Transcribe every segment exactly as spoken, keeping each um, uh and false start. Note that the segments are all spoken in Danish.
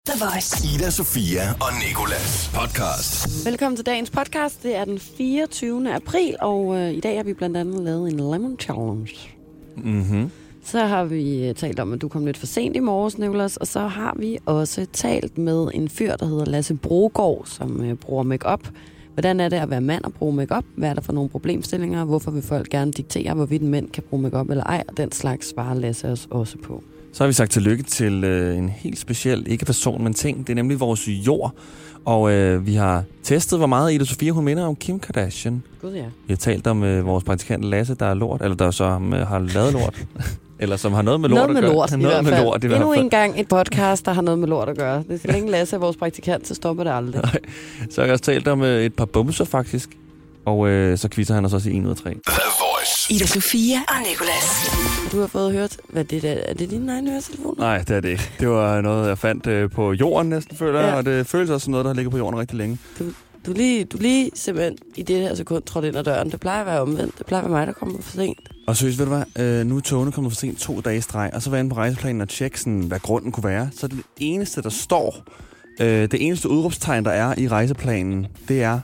The Voice. Ida, Sofia og Nicolas podcast. Velkommen til dagens podcast. Det er den fireogtyvende april, og øh, i dag har vi blandt andet lavet en lemon challenge. Mhm. Så har vi øh, talt om, at du kom lidt for sent i morges, Nicolas, og så har vi også talt med en fyr, der hedder Lasse Brogaard, som øh, bruger make-up. Hvordan er det at være mand og bruge make-up? Hvad er der for nogle problemstillinger? Hvorfor vil folk gerne diktere, hvorvidt en mænd kan bruge make-up eller ej? Og den slags svarer Lasse os også på. Så har vi sagt tillykke til øh, en helt speciel, ikke person, men ting. Det er nemlig vores jord. Og øh, vi har testet, hvor meget Ida Sofia hun minder om Kim Kardashian. Gud ja. Vi har talt om øh, vores praktikant Lasse, der er lort, eller der så øh, har lavet lort. Eller som har noget med lort noget at med gøre. lort, noget i hvert med fald. lort, i hvert Endnu fald. en gang et podcast, der har noget med lort at gøre. Det skal længe Lasse er vores praktikant, så stopper det aldrig. Nej. Så har jeg også talt om øh, et par bumser, faktisk. Og øh, så quizzer han os også i en ud af tre. The Voice. Ida Sofia og Nicolas. Du har fået hørt, hvad det er. Er det dine egne høretelefoner? Nej, det er det ikke. Det var noget, jeg fandt øh, på jorden næsten, føler jeg. Ja. Og det føles også som noget, der har ligget på jorden rigtig længe. Du, du, lige, du lige simpelthen i det her sekund trådte ind ad døren. Det plejer at være omvendt. Det plejer at være mig, der kommer for sent. Og seriøst, ved du hvad? Øh, nu er togene kommet for sent to dage i streg, og så var jeg inde på rejseplanen og tjekke, sådan, hvad grunden kunne være. Så det eneste, der står, øh, det eneste udråbstegn, der er i rejseplanen, det er,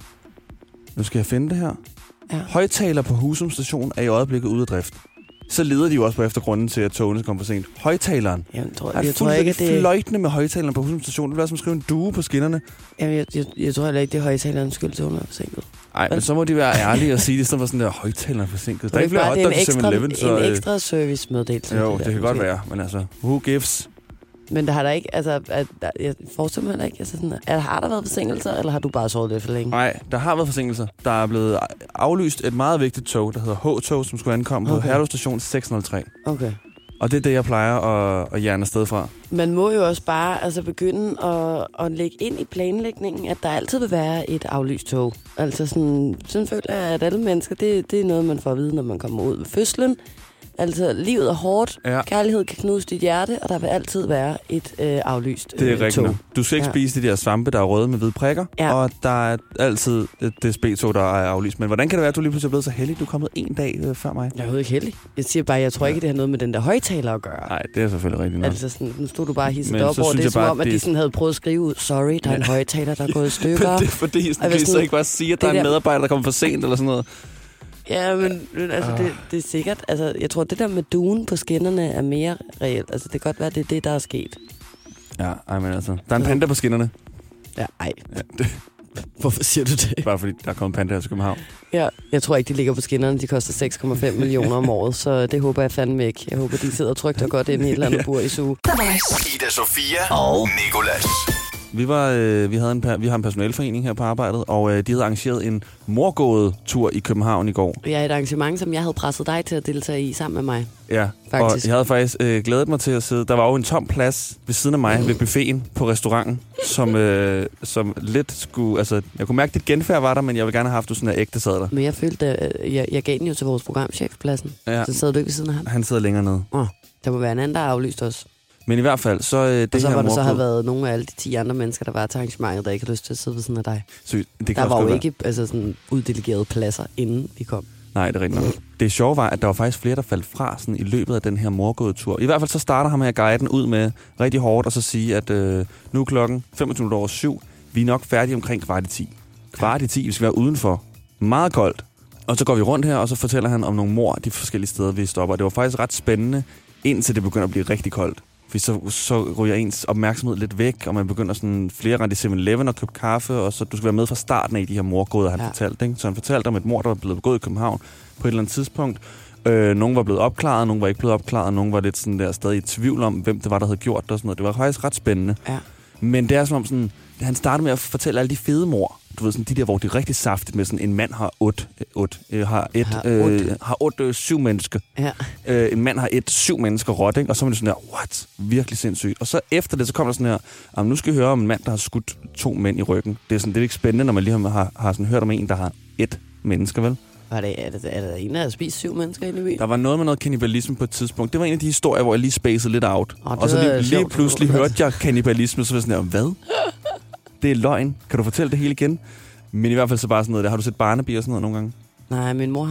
nu skal jeg finde det her, Ja. højtaler på Husum station er i øjeblikket ude af drift. Så leder de jo også på efter grunden til, at togene kommer for sent. Højtaleren. Jamen, tror, Jeg, jeg, tror ikke, at det... det... fløjtende med højtaleren på Husum station. Det bliver som at skrive en due på skinnerne. Jamen, jeg, jeg, jeg tror heller ikke, det er højtalerens skyld, til hun er forsinket. Nej, men så må de være ærlige og sige, det sådan var sådan der, højtaleren er forsinket. Der er ikke flere det er en hotdogs til ekstra, seven eleven, så... en øh, ekstra service-meddelelse. Jo, det, det der, kan godt måske. være, men altså, who gives? Men der har der ikke, altså, at, der, jeg forestiller mig heller ikke, altså sådan, at, har der været forsinkelser, eller har du bare sovet lidt for længe? Nej, der har været forsinkelser. Der er blevet aflyst et meget vigtigt tog, der hedder H-tog, som skulle ankomme Okay. på Herlev station seks nul tre. Okay. Og det er det, jeg plejer at, at hjerne afsted fra. Man må jo også bare altså, begynde at, at lægge ind i planlægningen, at der altid vil være et aflyst tog. Altså sådan, sådan føler jeg, at alle mennesker, det, det er noget, man får at vide, når man kommer ud ved fødslen. Altså, livet er hårdt, Ja. kærlighed kan knuse dit hjerte, og der vil altid være et øh, aflyst Det er øh, rigtigt. tog. nok. Du skal ikke Ja. spise de der svampe, der er røde med hvide prikker, Ja. og der er altid et D S B-tog, der er aflyst. Men hvordan kan det være, at du lige pludselig er blevet så heldig? Du er kommet en dag øh, før mig. Jeg er overhovedet ikke heldig. Jeg siger bare, jeg tror ikke, det har noget med den der højtaler at gøre. Nej, det er selvfølgelig rigtigt nok. Altså sådan, nu stod du bare hisset Men op så over synes det, jeg som bare, om, at det- de sådan havde prøvet at skrive ud, sorry, der er en højtaler, der er gået i stykker. Men det er fordi, Og sådan, hvis kan I så nu- ikke bare sige, at der det er en der- medarbejder, der kommer for sent eller sådan noget? Ja, men, men altså, det, det er sikkert. Altså, jeg tror, det der med duen på skinnerne er mere reelt. Altså, det kan godt være, det er det, der er sket. Ja, ej, men altså, der er en panda på skinnerne. Ja, ej. Ja, det Hvorfor siger du det? er bare fordi, der er kommet panda her til København. Ja, jeg tror ikke, de ligger på skinnerne. De koster seks komma fem millioner om året, så det håber jeg fandme ikke. Jeg håber, de sidder trygt og godt inde i et eller andet bur i suge. The Voice. Ida Sofia og Nicolas. Vi, var, øh, vi, havde en, per- vi har en personalforening her på arbejdet, og øh, de havde arrangeret en morgåde-tur i København i går. Jeg er et arrangement, som jeg havde presset dig til at deltage i sammen med mig. Ja, Faktisk. og jeg havde faktisk øh, glædet mig til at sidde. Der var jo en tom plads ved siden af mig ved buffeten på restauranten, som, øh, som lidt skulle... Altså, jeg kunne mærke, at dit genfærd var der, men jeg ville gerne have haft, du sådan en ægte sad der. Men jeg følte, at jeg, jeg gav den jo til vores programchef pladsen. Ja. Så sad du ikke ved siden af ham. Han sidder længere nede. Åh, der må være en anden, der har aflyst os. Men i hvert fald, så øh, det Og så her var der så have morgåde- været nogle af alle de ti andre mennesker, der var til arrangementet, der ikke har lyst til at sidde ved siden af dig. Sygt. Det kan Der også var jo godt være. ikke altså, sådan uddelegerede pladser, inden vi kom. Nej, det er rigtigt nok. Det sjove var, at der var faktisk flere, der faldt fra sådan, i løbet af den her morgådetur. I hvert fald så starter ham her guiden ud med rigtig hårdt, og så sige, at øh, nu er klokken femogtyve minutter over syv. Vi er nok færdige omkring kvart i ti. Kvart i ti, vi skal være udenfor. Meget koldt. Og så går vi rundt her, og så fortæller han om nogle mor de forskellige steder, vi stopper. Det var faktisk ret spændende, indtil det begynder at blive rigtig koldt. For så, så ryger ens opmærksomhed lidt væk, og man begynder sådan flere rent i seven eleven og købe kaffe, og så du skal være med fra starten af i de her morgåder, han Ja. ja. fortalte. Ikke? Så han fortalte om et mord, der var blevet begået i København på et eller andet tidspunkt. Øh, nogle var blevet opklaret, nogle var ikke blevet opklaret, nogle var lidt sådan der stadig i tvivl om, hvem det var, der havde gjort det og sådan noget. Det var faktisk ret spændende. Ja. Men det er som om sådan, han starter med at fortælle alle de fede mord. Du ved sådan, de der, hvor det er rigtig saftigt med sådan, en mand har otte, otte øh, har et, Har øh, otte. har otte, øh, syv mennesker. Ja. Øh, en mand har et, syv mennesker råt, ikke? Og så er det sådan der, what? Virkelig sindssygt. Og så efter det, så kommer der sådan her, nu skal I høre om en mand, der har skudt to mænd i ryggen. Det er sådan, det er ikke spændende, når man lige har, har sådan hørt om en, der har et mennesker, vel? Var det, er, det, er der en, der har spist syv mennesker inde i byen? Der var noget med noget kannibalisme på et tidspunkt. Det var en af de historier, hvor jeg lige spacede lidt out. Åh, det og så var lige, lige sjovt. pludselig hørte jeg kannibalisme, så var jeg sådan der, hvad? Det er løgn. Kan du fortælle det hele igen? Men i hvert fald så bare sådan noget der. Har du set Barnaby og sådan noget nogle gange? Nej, min mor har.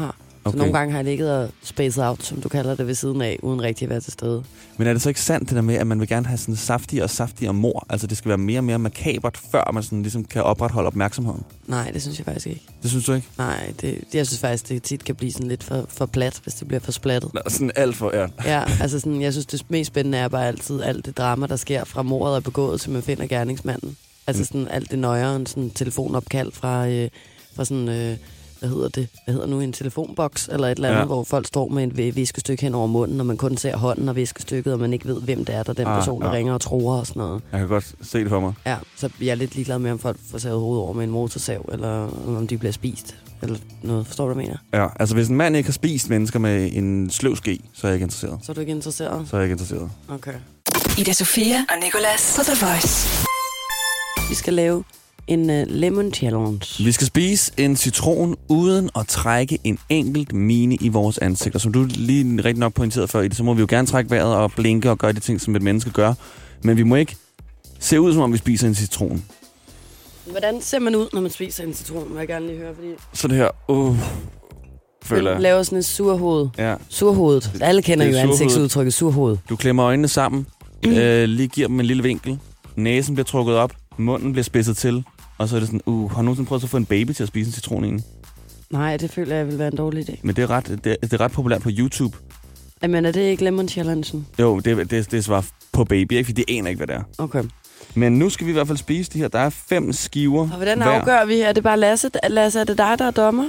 Så nogle gange har jeg ligget og spaced out, som du kalder det, ved siden af, uden rigtig at være til stede. Men er det så ikke sandt, det der med, at man vil gerne have sådan saftigere og saftigere mor? Altså, det skal være mere og mere makabert, før man sådan ligesom kan opretholde opmærksomheden? Nej, det synes jeg faktisk ikke. Det synes du ikke? Nej, det, jeg synes faktisk, det tit kan blive sådan lidt for, for plat, hvis det bliver for splattet. Nå, sådan alt for, ja. Ja, altså sådan, jeg synes, det mest spændende er bare altid alt det drama, der sker fra mordet og begået, til man finder gerningsmanden. Altså sådan alt det nøjere, sådan telefonopkald fra, øh, fra sådan... Øh, hvad hedder det? Hvad hedder nu? En telefonboks eller et eller andet, ja. Hvor folk står med et viskestykke hen over munden, og man kun ser hånden og viskestykket, og man ikke ved, hvem det er, der den ah, person, der ja. ringer og truer og sådan noget. Jeg kan godt se det for mig. Ja, så jeg er lidt ligeglad med, om folk får savet hovedet over med en motorsav, eller om de bliver spist, eller noget. Forstår du, hvad jeg mener? Ja, altså hvis en mand ikke har spist mennesker med en sløv ske, så er jeg ikke interesseret. Så er du ikke interesseret? Så er jeg ikke interesseret. Okay. Ida Sofia og Nicolas på The Voice. Vi skal lave en uh, lemon challenge. Vi skal spise en citron uden at trække en enkelt mine i vores ansigt. Og som du lige rigtig nok pointerede før i det, så må vi jo gerne trække vejret og blinke og gøre de ting, som et menneske gør. Men vi må ikke se ud, som om vi spiser en citron. Hvordan ser man ud, når man spiser en citron? Må jeg gerne lige høre, fordi... Så det her... Uh, føler jeg. Laver sådan et surhoved. Ja. Surhovedet. Alle kender jo surhoved. ansigtsudtrykket surhoved. Du klemmer øjnene sammen. Mm. Øh, lige giver dem en lille vinkel. Næsen bliver trukket op. Munden bliver spidset til. Og så er det sådan, uh, har du nogensinde prøvet at få en baby til at spise en citron i? Nej, det føler jeg vil være en dårlig idé. Men det er ret, det er, det er ret populært på YouTube. Jamen, er det ikke lemon challengen? Jo, det, det, det svarer på baby, ikke? Fordi det aner ikke, hvad det er. Okay. Men nu skal vi i hvert fald spise de her. Der er fem skiver. Og hvordan hver. afgør vi? Er det bare Lasse? Lasse, er det dig, der er dommer?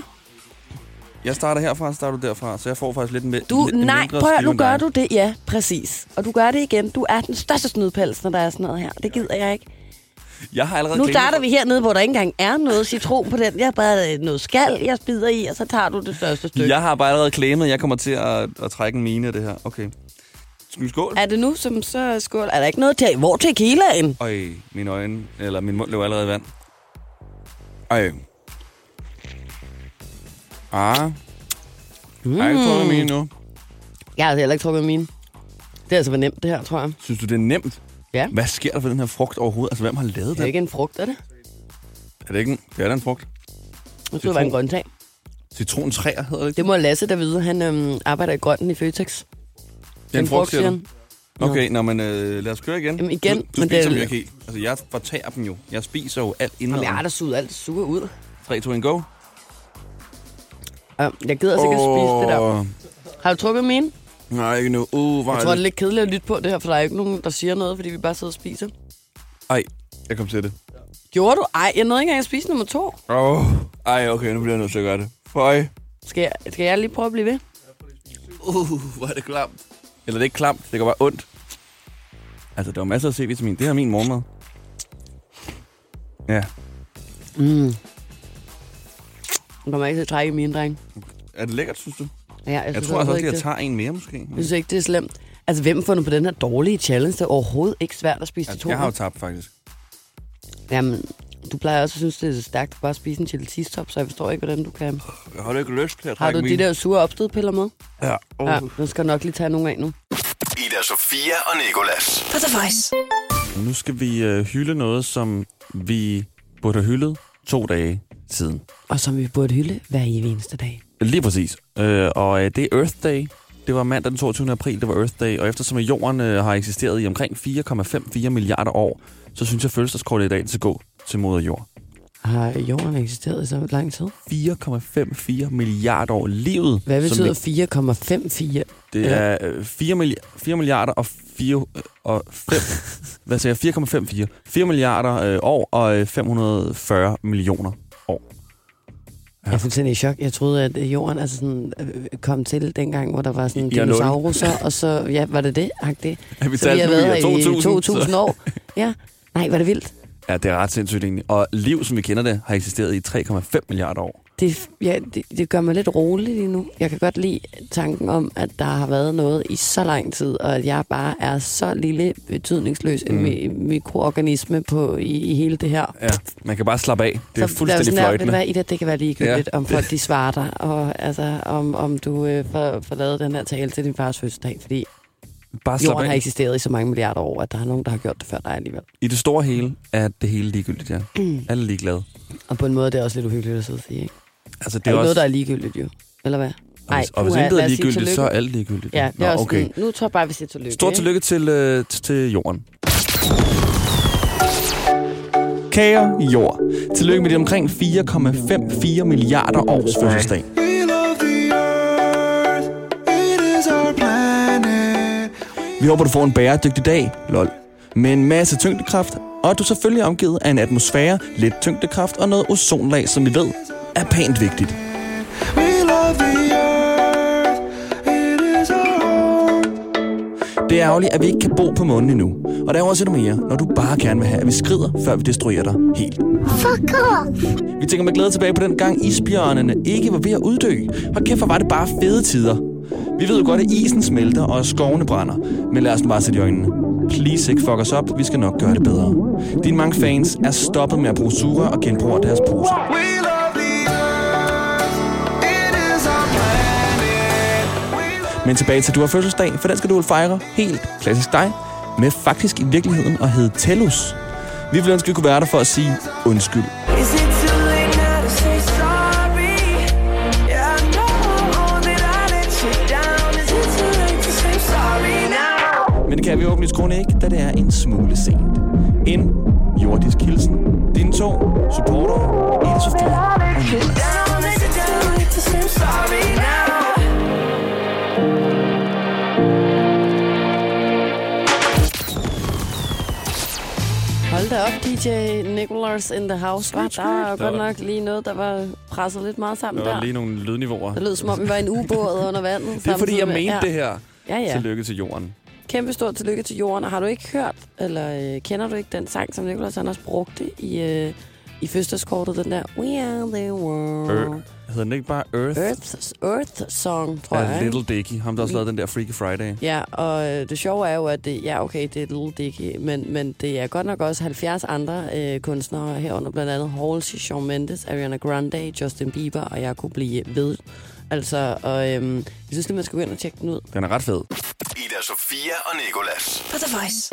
Jeg starter herfra, og starter du derfra, så jeg får faktisk lidt mere. Du, nej, prøv at, nu gør du det. Ja, præcis. Og du gør det igen. Du er den største snydpels, når der er sådan noget her. Det gider jeg ikke. Jeg har allerede nu starter for... vi hernede, hvor der ikke engang er noget citron på den. Jeg har bare noget skal, jeg spider i, og så tager du det største stykke. Jeg har bare allerede claimet, jeg kommer til at, at trække en mine af det her. Okay. Skal vi skål? Er det nu, som så skål? Er der ikke noget til? Hvor tequilaen? Øj, mine øjne, eller min mund løber allerede i vand. Ej. Ah. Mm. Jeg har ikke trukket mine nu. Jeg har heller ikke trukket mine. Det er altså for nemt, det her, tror jeg. Synes du, det er nemt? Ja. Hvad sker der for den her frugt overhovedet? Altså, hvem har lavet den? Det er ikke en frugt, er det? Er det ikke en... Det er da en frugt. Det skulle være en grøntag. Citrontræer hedder det ikke? Det må Lasse der vide. Han øhm, arbejder i grønten i Føtex. Det er en frugt, siger du? Okay, nå, men øh, lad os køre igen. Jamen igen. Du, du men spiser det... dem jo ikke helt. Altså, jeg fortærer dem jo. Jeg spiser jo alt indad. Jamen, jeg har da suget alt sure ud. tre, to, et, go. Ja, jeg gider altså ikke oh. at spise det der. Har du trukket mine? Nej, ikke nu. Uh, jeg tror, det er lidt kedeligt at lytte på det her, for der er ikke nogen, der siger noget, fordi vi bare sidder og spiser. Ej, jeg kom til det. Gjorde du? Ej, jeg nåede ikke engang at spise nummer to. Åh, oh. Ej, okay, nu bliver jeg nødt til at gøre det. Føj. Skal jeg, skal jeg lige prøve at blive ved? Uh, hvor er det klamt. Eller det er ikke klamt, det går bare ondt. Altså, der var masser af C-vitamin. Det her er min morgenmad. Ja. Mm. Du kommer ikke til at trække mine, dreng. Er det lækkert, synes du? Ja, jeg, jeg synes tror altså også, at jeg det. tager en mere, måske. Jeg synes ikke, det er slemt. Altså, hvem fundet på den her dårlige challenge? Det er overhovedet ikke svært at spise ja, citroner. Jeg har jo tabt, faktisk. Jamen, du plejer også at synes, det er stærkt at bare spise en chili cheese top, så jeg forstår ikke, hvordan du kan... Jeg har ikke lyst til at Har du mine. de der sure opstødpiller med? Ja. Uh. Ja, den skal nok lige tage nogle af nu. Ida Sofia og Nicolas. På The Voice. Nu skal vi øh, hylde noget, som vi burde have hyldet to dage siden. Og som vi burde hylde hver eneste dag. Lige præcis. Øh, og øh, det er Earth Day. Det var mandag den toogtyvende april, det var Earth Day. Og eftersom jorden øh, har eksisteret i omkring fire komma fire milliarder år, så synes jeg, fødselsdagskortet i dag skal gå til moder jord. Har jorden eksisteret i så lang tid? fire komma fire milliarder år. Livet. Hvad betyder fire komma fire? Det er øh, fire milliarder og fire og fem. Hvad siger jeg? fire komma fire. fire milliarder øh, år og øh, fem hundrede og fyrre millioner år. Ja. Jeg er fuldstændig i chok. Jeg troede, at jorden altså sådan, øh, kom til dengang, hvor der var sådan dinosauruser, og så, ja, var det det? det? Ja, vi så vi har været her to tusind, i to tusind år. Ja. Nej, var det vildt? Ja, det er ret sindssygt egentlig. Og liv, som vi kender det, har eksisteret i tre komma fem milliarder år. Det, ja, det, det gør mig lidt rolig lige nu. Jeg kan godt lide tanken om, at der har været noget i så lang tid, og at jeg bare er så lille, betydningsløs mm. en mikroorganisme på, i, i hele det her. Ja, man kan bare slappe af. Det er så fuldstændig der, fløjtende. Det, være, det kan være ligegyldigt, ja. Om folk de svarer dig, og altså, om, om du øh, får, får lavet den her tale til din fars fødselsdag, fordi bare jorden har eksisteret i så mange milliarder år, at der er nogen, der har gjort det før dig alligevel. I det store hele er det hele ligegyldigt, ja. Mm. Alle er ligeglade. Og på en måde det er også lidt uhyggeligt at sidde og sige, ikke? Altså, det er, er også noget, der er ligegyldigt, jo. Eller hvad? Ej, og hvis intet er ligegyldigt, så er alt ligegyldigt. Ja, det er Nå, også okay. sådan, nu tror jeg bare, vi siger tillykke. Stort tillykke til, øh, til jorden. Kære jord, tillykke med de omkring fire komma femoghalvfjerds milliarder års fødselsdag. Vi håber, du får en bæredygtig dag, lol. Med en masse tyngdekraft, og at du selvfølgelig er omgivet af en atmosfære, lidt tyngdekraft og noget ozonlag, som vi ved er pænt vigtigt. Det er ærgerligt, at vi ikke kan bo på månen endnu. Og der er også endnu mere, når du bare gerne vil have, at vi skrider, før vi destruerer dig helt. Fuck off! Vi tænker med glæde tilbage på den gang isbjørnene ikke var ved at uddø. Og kæft, hvor var det bare fede tider. Vi ved jo godt, at isen smelter og skovene brænder. Men lad os nu bare sætte i øjnene. Please ikke fuck os op, vi skal nok gøre det bedre. Dine mange fans er stoppet med at bruge sugerør og genbruger deres poser. Men tilbage til, at du har fødselsdag, for den skal du vel fejre helt klassisk dig, med faktisk i virkeligheden at hedde Tellus. Vi vil ønske, at vi kunne være der for at sige undskyld. Men det kan vi åbenlyst grunde ikke, da det er en smule sent. En jordisk hilsen. Dine to supportere, Ida Sofie og Nicolas. Hold da op, D J Nicolas in the house. Var der var godt nok lige noget, der var presset lidt meget sammen der. Der var lige nogle lydniveauer. Det lød som om, vi var i en ubåd under vandet. Det er fordi, jeg mente ja. det her. Ja, ja. Tillykke til jorden. Kæmpe stort tillykke til jorden. Og har du ikke hørt, eller øh, kender du ikke den sang, som Nicolas han også brugte i, øh, i fødselskortet, den der We are the world. Earth. Hedder den ikke bare Earth? Earth, Earth Song, tror ja, jeg. Little Dicky. Ham, der også lavede den der Freaky Friday. Ja, og øh, det sjove er jo, at det, ja, okay, det er Little Dicky, men, men det er godt nok også halvfjerds andre øh, kunstnere herunder, blandt andet Halsey, Shawn Mendes, Ariana Grande, Justin Bieber, og jeg kunne blive ved. Altså, og øhm, jeg synes lige, man skal gå ind og tjekke den ud. Den er ret fed. Ida Sofia og Nicolas. På The Voice.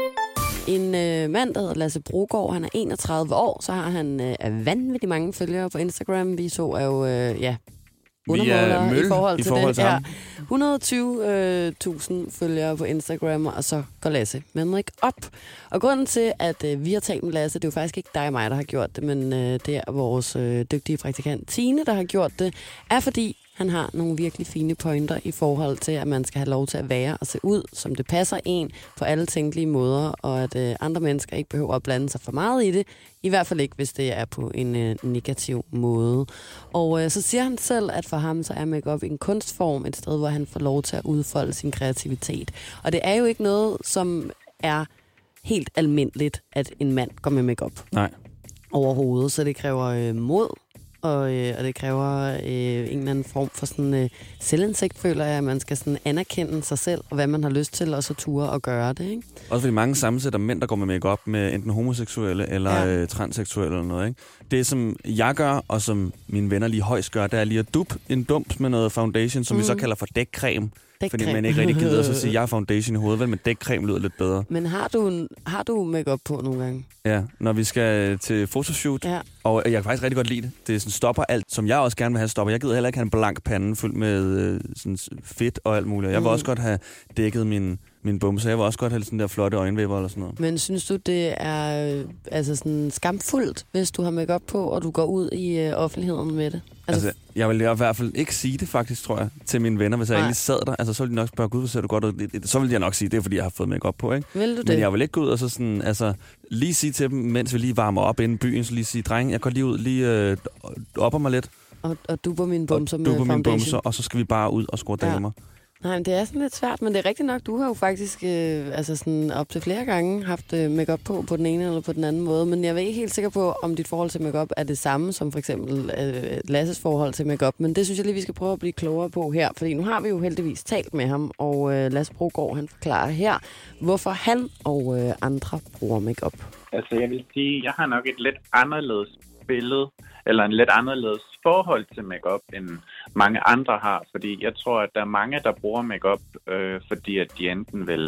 En øh, mand, der hedder Lasse Brogaard, han er enogtredive år, så har han øh, vanvittigt mange følgere på Instagram. Vi så er jo, øh, ja, undermåler i forhold til, i forhold det. til Ja, ham. et hundrede og tyve tusind følgere på Instagram, og så går Lasse med ikke op. Og grunden til, at øh, vi har talt med Lasse, det er jo faktisk ikke dig og mig, der har gjort det, men øh, det er vores øh, dygtige praktikant Tine, der har gjort det, er fordi han har nogle virkelig fine pointer i forhold til, at man skal have lov til at være og se ud, som det passer en på alle tænkelige måder, og at øh, andre mennesker ikke behøver at blande sig for meget i det. I hvert fald ikke, hvis det er på en øh, negativ måde. Og øh, så siger han selv, at for ham så er make-up en kunstform, et sted, hvor han får lov til at udfolde sin kreativitet. Og det er jo ikke noget, som er helt almindeligt, at en mand går med make-up. Nej. Overhovedet, så det kræver øh, mod. Og, øh, og det kræver øh, en eller anden form for sådan øh, selvindsigt, føler jeg, at man skal sådan anerkende sig selv, og hvad man har lyst til, og så ture og gøre det, ikke? Også fordi mange sammensætter mænd, der går med make-up med enten homoseksuelle eller Ja. øh, transseksuelle eller noget, ikke? Det, som jeg gør, og som mine venner lige højst gør, det er lige at duppe en dump med noget foundation, som mm. vi så kalder for dækcreme. Fordi man ikke rigtig gider at så sige, at jeg har foundation i hovedet, vel, men dækcreme lyder lidt bedre. Men har du, en, har du make-up på nogle gange? Ja, når vi skal til fotoshoot, Ja. og jeg kan faktisk rigtig godt lide det. Det sådan stopper alt, som jeg også gerne vil have stopper. Jeg gider heller ikke have en blank pande fyldt med øh, sådan fedt og alt muligt. Jeg vil Mm. også godt have dækket min, min bumse. Jeg vil også godt have sådan der flotte øjenvipper eller sådan noget. Men synes du, det er øh, altså sådan skamfuldt, hvis du har make-up på, og du går ud i øh, offentligheden med det? Altså, altså, jeg vil i hvert fald ikke sige det faktisk, tror jeg, til mine venner, hvis jeg Nej. egentlig sad der. Altså, så ville de nok spørge, gud, hvor ser du godt ud? Så ville jeg nok sige, det er, fordi jeg har fået make-up på, ikke? Vil du det? Men jeg vil ikke gå ud og så sådan, altså, lige sige til dem, mens vi lige varmer op inde i byen, så lige sige, dreng, jeg går lige ud, lige øh, opper mig lidt. Og, og du på mine bumser og med du på mine foundation. bumser, og så skal vi bare ud og score Ja. damer. Nej, men det er sådan lidt svært, men det er rigtigt nok. Du har jo faktisk øh, altså sådan op til flere gange haft øh, make-up på, på den ene eller på den anden måde. Men jeg er ikke helt sikker på, om dit forhold til make-up er det samme som for eksempel øh, Lasses forhold til make-up. Men det synes jeg lige, vi skal prøve at blive klogere på her. Fordi nu har vi jo heldigvis talt med ham, og øh, Lasse Brogaard, han forklarer her, hvorfor han og øh, andre bruger make-up. Altså, jeg vil sige, jeg har nok et lidt anderledes billede, eller en lidt anderledes forhold til makeup end mange andre har, fordi jeg tror, at der er mange, der bruger makeup, øh, fordi at de enten vil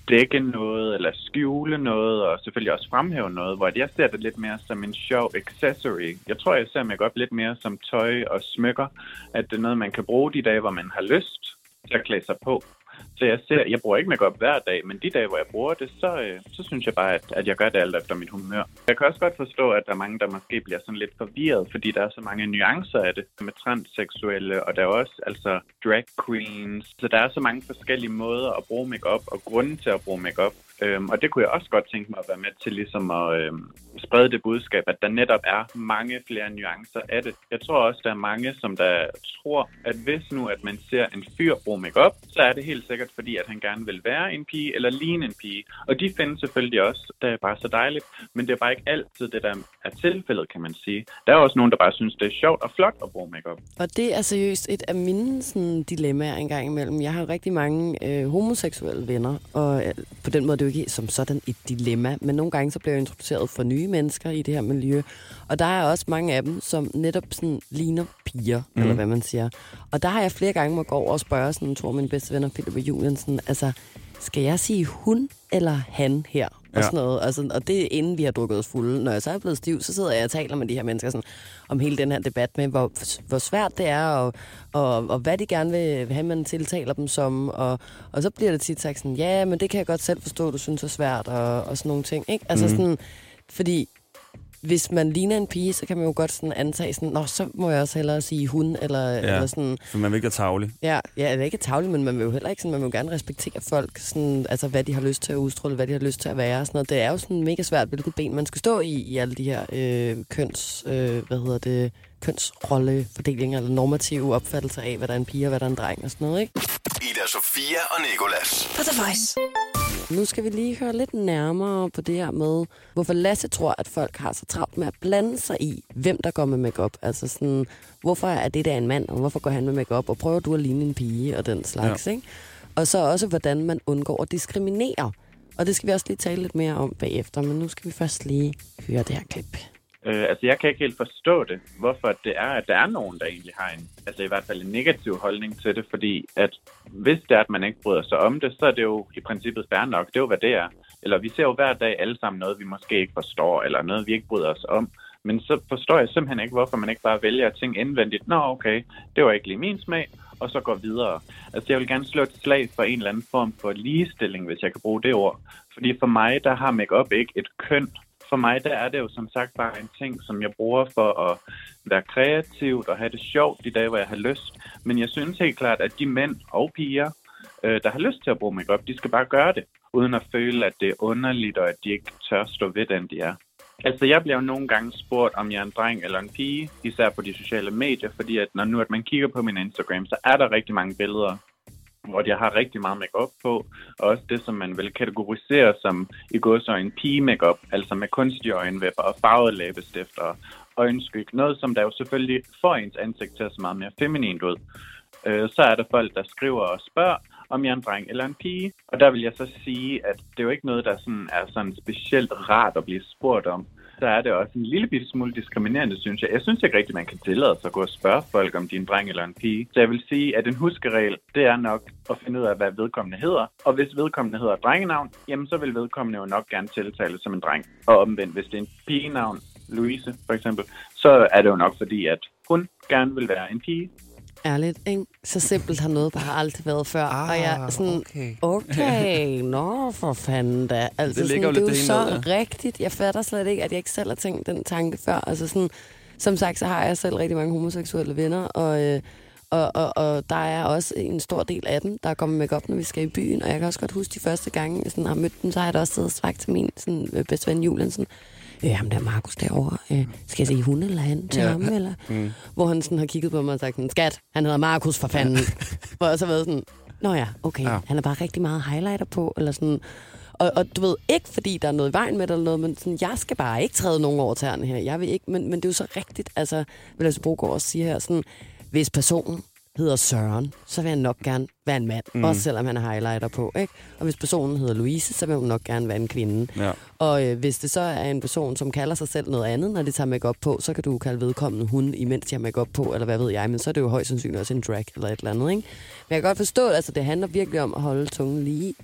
dække noget, eller skjule noget, og selvfølgelig også fremhæve noget, hvor jeg ser det lidt mere som en sjov accessory. Jeg tror, jeg ser make-up lidt mere som tøj og smykker, at det er noget, man kan bruge de dage, hvor man har lyst til at klæde sig på. Så jeg, ser, jeg bruger ikke make-up hver dag, men de dage, hvor jeg bruger det, så, øh, så synes jeg bare, at, at jeg gør det alt efter mit humør. Jeg kan også godt forstå, at der er mange, der måske bliver sådan lidt forvirret, fordi der er så mange nuancer af det med transseksuelle, og der er også altså drag queens. Så der er så mange forskellige måder at bruge make-up og grunden til at bruge make-up. Øhm, og det kunne jeg også godt tænke mig at være med til ligesom at øhm, sprede det budskab, at der netop er mange flere nuancer af det. Jeg tror også, der er mange, som der tror, at hvis nu, at man ser en fyr bruge make-up, så er det helt sikkert, fordi at han gerne vil være en pige eller ligne en pige. Og de findes selvfølgelig også, det er bare så dejligt, men det er bare ikke altid det, der er tilfældet, kan man sige. Der er også nogen, der bare synes, det er sjovt og flot at bruge make-up. Og det er seriøst et af mine sådan, dilemmaer engang imellem. Jeg har rigtig mange øh, homoseksuelle venner, og øh, på den måde det er jo ikke som sådan et dilemma, men nogle gange så bliver jeg introduceret for nye mennesker i det her miljø, og der er også mange af dem, som netop sådan ligner piger, mm. eller hvad man siger. Og der har jeg flere gange må gå over og spørge sådan to af mine bedste venner, Philip og Julian, sådan, altså, skal jeg sige hun eller han her? Og ja. sådan noget. Altså, og det er inden vi har drukket os fulde. Når jeg så er blevet stiv, så sidder jeg og taler med de her mennesker sådan, om hele den her debat med, hvor, hvor svært det er, og, og, og hvad de gerne vil have, man tiltaler dem som. Og, og så bliver det tit sagt sådan, ja, men det kan jeg godt selv forstå, du synes er svært, og, og sådan nogle ting. Ikke? Altså mm. sådan, fordi hvis man ligner en pige, så kan man jo godt sådan antage sådan, nå, så må jeg også hellere sige hun, eller, ja, eller sådan. For man vil ikke være tavlig. Ja, ja, eller ikke tavlig, men man vil jo heller ikke sådan, man vil jo gerne respektere folk, sådan, altså hvad de har lyst til at udstråle, hvad de har lyst til at være, sådan noget. Det er jo sådan mega svært, hvilket ben man skal stå i, i alle de her øh, køns, øh, hvad hedder det, kønsrollefordelinger, eller normative opfattelser af, hvad der er en pige og hvad der er en dreng, og sådan noget, ikke? Ida Sofia og Nicolas. På The Voice. Nu skal vi lige høre lidt nærmere på det her med, hvorfor Lasse tror, at folk har så travlt med at blande sig i, hvem der går med make-up. Altså sådan, hvorfor er det der en mand, og hvorfor går han med make-up, og prøver du at ligne en pige og den slags, ja. Ikke? Og så også, hvordan man undgår at diskriminere. Og det skal vi også lige tale lidt mere om bagefter, men nu skal vi først lige høre det her klip. Øh, altså, jeg kan ikke helt forstå det, hvorfor det er, at der er nogen, der egentlig har en, altså i hvert fald en negativ holdning til det, fordi at hvis det er, at man ikke bryder sig om det, så er det jo i princippet fair nok. Det er jo, hvad det er. Eller vi ser jo hver dag alle sammen noget, vi måske ikke forstår, eller noget, vi ikke bryder os om. Men så forstår jeg simpelthen ikke, hvorfor man ikke bare vælger at tænke indvendigt, nå okay, det var ikke lige min smag, og så går videre. Altså, jeg vil gerne slå et slag for en eller anden form for ligestilling, hvis jeg kan bruge det ord. Fordi for mig, der har make-up ikke et køn. For mig, der er det jo som sagt bare en ting, som jeg bruger for at være kreativt og have det sjovt de dage, hvor jeg har lyst. Men jeg synes helt klart, at de mænd og piger, øh, der har lyst til at bruge make-up, de skal bare gøre det, uden at føle, at det er underligt, og at de ikke tør stå ved den, de er. Altså, jeg bliver jo nogle gange spurgt, om jeg er en dreng eller en pige, især på de sociale medier, fordi at når nu at man kigger på min Instagram, så er der rigtig mange billeder, hvor jeg har rigtig meget make-up på, og også det, som man vil kategorisere som i gåseøjne pige-make-up, altså med kunstige øjenvipper og farvede læbestift og øjenskyg. Noget, som der jo selvfølgelig får ens ansigt til at se meget mere feminint ud. Øh, så er der folk, der skriver og spørger, om jeg er en dreng eller en pige. Og der vil jeg så sige, at det er jo ikke noget, der sådan er sådan specielt rart at blive spurgt om. Så er det også en lille bitte smule diskriminerende, synes jeg. Jeg synes ikke rigtigt, man kan tillade sig at gå og spørge folk, om de er en dreng eller en pige. Så jeg vil sige, at en huskeregel, det er nok at finde ud af, hvad vedkommende hedder. Og hvis vedkommende hedder drengenavn, jamen så vil vedkommende jo nok gerne tiltales som en dreng. Og omvendt, hvis det er en pigenavn, Louise for eksempel, så er det jo nok fordi, at hun gerne vil være en pige. Ærligt, ikke? Så simpelt har noget bare aldrig været før. Ah, og jeg er sådan, okay. okay, nå for fanden da. Altså, det sådan, jo det er jo det så noget, ja. rigtigt. Jeg fatter slet ikke, at jeg ikke selv har tænkt den tanke før. Altså sådan, som sagt, så har jeg selv rigtig mange homoseksuelle venner, og, øh, og, og, og der er også en stor del af dem, der er kommet make-up, når vi skal i byen. Og jeg kan også godt huske de første gange, jeg sådan, har mødt dem, så har jeg da også siddet og sagt til min sådan, bedste ven Julian, sådan, Øh, ham der Markus derovre, øh, skal jeg sige hun eller han til ja. ham, eller? Mm. Hvor han sådan har kigget på mig og sagt sådan, skat, han hedder Markus for fanden. Ja. Hvor jeg så været sådan, nå ja, okay, ja. Han har bare rigtig meget highlighter på, eller sådan. Og, og du ved, ikke fordi der er noget i vejen med det eller noget, men sådan, jeg skal bare ikke træde nogen over tæerne her. Jeg vil ikke, men, men det er jo så rigtigt, altså, vil jeg så bruge også sige her, sådan, hvis personen hedder Søren, så vil han nok gerne være en mand, mm. også selvom han har highlighter på, ikke? Og hvis personen hedder Louise, så vil hun nok gerne være en kvinde. Ja. Og øh, hvis det så er en person, som kalder sig selv noget andet, når de tager make-up på, så kan du kalde vedkommende hun, imens de har make-up på, eller hvad ved jeg, men så er det jo højst sandsynligt også en drag eller et eller andet, ikke? Men jeg kan godt forstå, at altså, det handler virkelig om at holde tungen lige i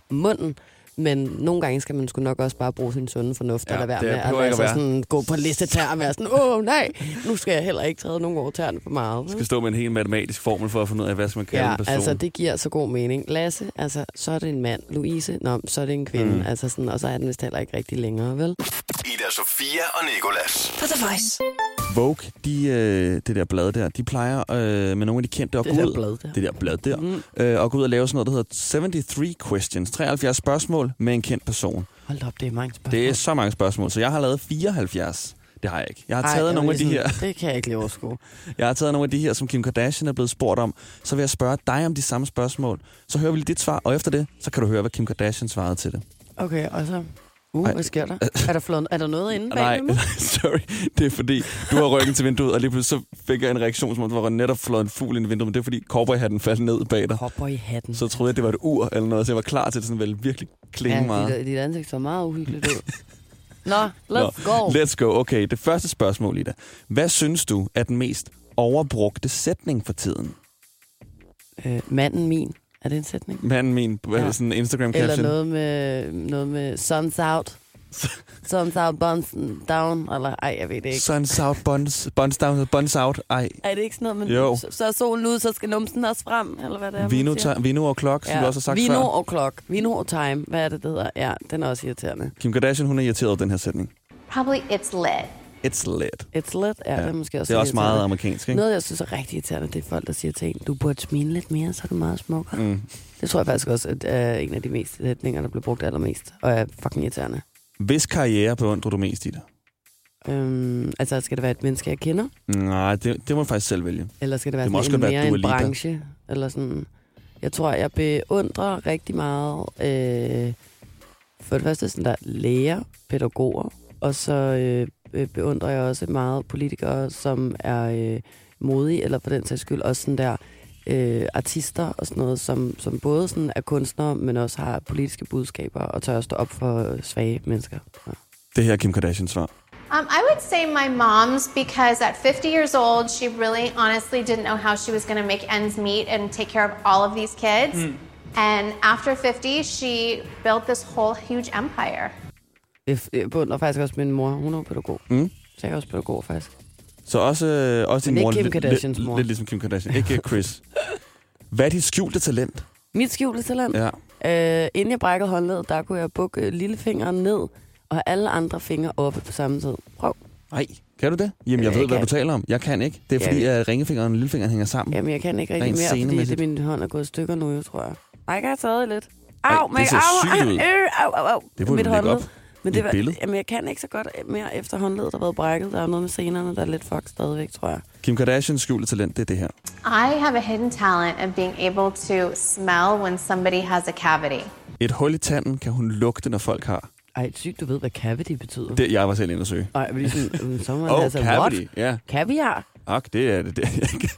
munden. Men nogle gange skal man sgu nok også bare bruge sin sunde fornuft, Ja, eller være det med at behøver lade ikke sig at være. sådan, gå på listetær og være sådan, åh nej, nu skal jeg heller ikke træde nogen over tæerne for meget. Du skal stå med en helt matematisk formel for at finde ud af, hvad skal man kalde Ja, en person. altså det giver så god mening. Lasse, altså så er det en mand. Louise, nå, så er det en kvinde. Mm. Altså sådan, og så er den vist heller ikke rigtig længere, vel? Ida Sofia og Nicolas. På The Voice. Vogue, de, øh, det der blad der, de plejer øh, med nogle af de kendte at Det gå der ud, blad der. det der blad der, mm. øh, og gå ud og lave sådan noget, der hedder syvoghalvtreds questions, treoghalvfjerds spørgsmål med en kendt person. Hold op, det er mange spørgsmål. Det er så mange spørgsmål, så jeg har lavet fireoghalvfjerds. Det har jeg ikke. Jeg har taget Ej, nogle af de sådan, her. Det kan jeg ikke lige overskue. Jeg har taget nogle af de her, som Kim Kardashian er blevet spurgt om. Så vil jeg spørge dig om de samme spørgsmål. Så hører vi lige dit svar, og efter det, så kan du høre, hvad Kim Kardashian svarede til det. Okay, og så... Uh, Ej. hvad sker der? Er der, flot, er der noget inde bag Nej, mig? sorry. Det er fordi, du har ryggen til vinduet, og lige pludselig så fik jeg en reaktion, som om der var netop flået en fugl ind i vinduet, men det er fordi cowboyhatten faldt ned bag dig. Hopper i hatten. Så troede jeg, det var et ur eller noget, så jeg var klar til det sådan vel virkelig klinge ja, meget. dit, dit ansigt så meget uhyggeligt ud. Nå, let's Nå, go. Let's go. Okay, det første spørgsmål, Ida. Hvad synes du er den mest overbrugte sætning for tiden? Øh, manden min. Er det en sætning? Manden min, Ja. ja. sådan en Instagram-caption. Eller noget med, noget med suns out. Suns out, buns down. Eller ej, jeg ved det ikke. Suns out, buns, buns down, buns out. Ej. Er det ikke sådan noget, men Jo. så, så er solen ud, så skal numsen også frem, eller hvad det er, Vino, man siger? ta- vino og klok, som du også har sagt Vino før. og klok. Vino og time. Hvad er det, det hedder? Ja, den er også irriterende. Kim Kardashian, hun er irriteret over den her sætning. Probably it's lit. It's lit. It's lit. Ja, ja. Det er måske også Det er også meget irriterende. amerikansk, ikke? Noget, jeg synes er rigtig irriterende, det er folk, der siger til en, du burde smile lidt mere, så er du meget smukkere. Mm. Det tror jeg faktisk også at er en af de mest sætninger, der bliver brugt allermest, og er fucking irriterende. Hvis karriere beundrer du mest i det? Øhm, altså, skal det være et menneske, jeg kender? Nej, det, det må du faktisk selv vælge. Eller skal det være Det må sådan også en, godt være mere Dua en Lipa. branche? Eller sådan... Jeg tror, jeg beundrer rigtig meget... Øh, for det første sådan der læger, pædagoger, og så øh, beundrer jeg også meget politikere, som er øh, modige, eller for den sags skyld også sådan der øh, artister og sådan noget, som, som både sådan er kunstnere, men også har politiske budskaber og tør at stå op for svage mennesker. Ja. Det her er Kim Kardashians svar. Um, I would say my mom's, because at fifty years old, she really honestly didn't know how she was going to make ends meet and take care of all of these kids. Mm. And after fifty, she built this whole huge empire. Jeg beundrer faktisk også min mor. Hun er pædagog. Mm. Så jeg er også pædagog, faktisk. Så også, øh, også din Men mor... ikke Kim lidt- Kardashians lidt, mor. Lidt ligesom Kim Kardashian. Ikke Chris. Hvad er dit skjulte talent? Mit skjulte talent? Ja. Øh, inden jeg brækkede håndledet, der kunne jeg bukke øh, lillefingeren ned, og have alle andre fingre oppe på samme tid. Prøv. Nej, kan du det? Jamen, jeg Øh, ved, jeg hvad kan. du taler om. Jeg kan ikke. Det er Ja, fordi, vi- at ringefingeren og lillefingeren hænger sammen. Jamen, jeg kan ikke rigtig Rent mere, fordi scenemæssigt. det, min hånd er gået i stykker nu, jo, tror jeg. Ej, kan jeg stadig lidt. Ej, Au, det men ser au, sygt ud. au, au, au, au. Det burde Mit du lægge håndled. op Men i det et var, billede. jamen, jeg kan ikke så godt mere efter håndledet, der har været brækket. Der er noget med scenerne, der er lidt fucked stadigvæk, tror jeg. Kim Kardashians skjulte talent, det er det her. I have a hidden talent of being able to smell when somebody has a cavity. Et hul i tanden kan hun lugte, når folk har. Ej, sygt, du ved, hvad cavity betyder. Det, jeg var selv inde og søge. Ej, fordi sådan, øh, så må man Åh, oh, altså, cavity. what? Ja. Kaviar? Ok, det er det. det.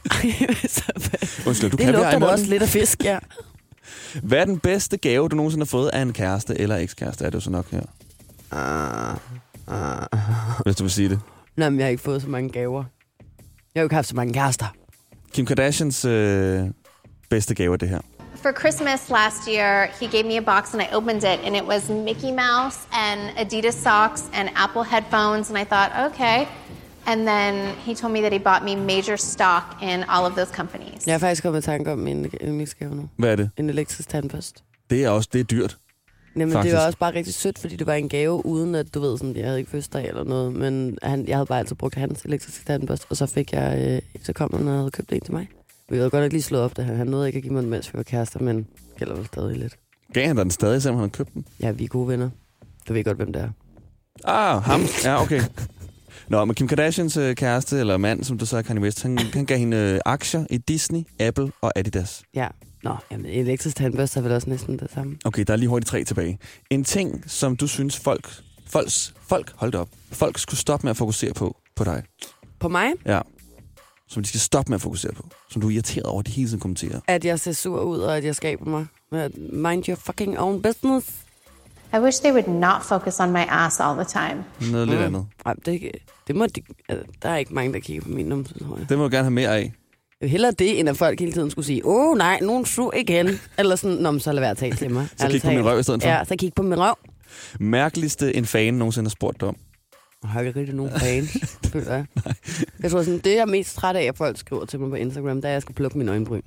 Så- Undskyld, du det kaviar i lugter da munden. også lidt af fisk, ja. Hvad er den bedste gave, du nogensinde har fået af en kæreste eller ekskæreste? Er det jo så nok her, Uh, uh. hvis du vil sige det. Nå, men jeg har ikke fået så mange gaver. Jeg har jo ikke haft så mange kærester. Kim Kardashians øh, bedste gave er det her. For Christmas last year, he gave me a box and I opened it and it was Mickey Mouse and Adidas socks and Apple headphones and I thought, okay. And then he told me that he bought me major stock in all of those companies. Jeg har faktisk kommet i tanke om min yndlingsgave nu. Hvad er det? En elektrisk tandbørste. Det er også det er dyrt. Jamen, Faktisk. det var også bare rigtig sødt, fordi det var en gave, uden at, du ved, sådan, jeg havde ikke fødselsdag eller noget, men han, jeg havde bare altid brugt hans elektriske tandbørste, og så fik jeg, øh, så kom han og havde købt en til mig. Vi havde godt nok lige slået op det her. Han nåede ikke at give mig den, mens vi var kærester, men gælder vel stadig lidt. Gav han dig den stadig, selvom han har købt den? Ja, vi er gode venner. Du ved godt, hvem det er. Ah, ham. Ja, okay. Nå, men Kim Kardashians øh, kæreste, eller mand, som du så er Kanye West, han, han gav hende øh, aktier i Disney, Apple og Adidas. Ja. Nå, jamen, elektrisk tandbørste er vel også næsten det samme. Okay, der er lige hurtigt tre tilbage. En ting, som du synes, folk, folks, folk, hold da op, folk skulle stoppe med at fokusere på, på dig. På mig? Ja. Som de skal stoppe med at fokusere på. Som du er irriteret over, de hele tiden kommenterer. At jeg ser sur ud, og at jeg skaber mig. Mind your fucking own business. I wish they would not focus on my ass all the time. Noget lidt andet. Ej, det, det må de, altså, der er ikke mange, der kigger på min numse, tror jeg. Det må du gerne have mere af. Hellere det, end at folk hele tiden skulle sige, åh oh, nej, nogen su igen. Eller sådan, nå, men så lad være at tale til mig. Så kig på min røv i stedet for. Ja, så kig på min røv. Mærkeligste en fan nogensinde har spurgt dig om? Jeg har ikke rigtig nogen fans, føler jeg. Jeg tror sådan, det jeg er mest træt af, at folk skriver til mig på Instagram, da jeg skal plukke mine øjenbryn.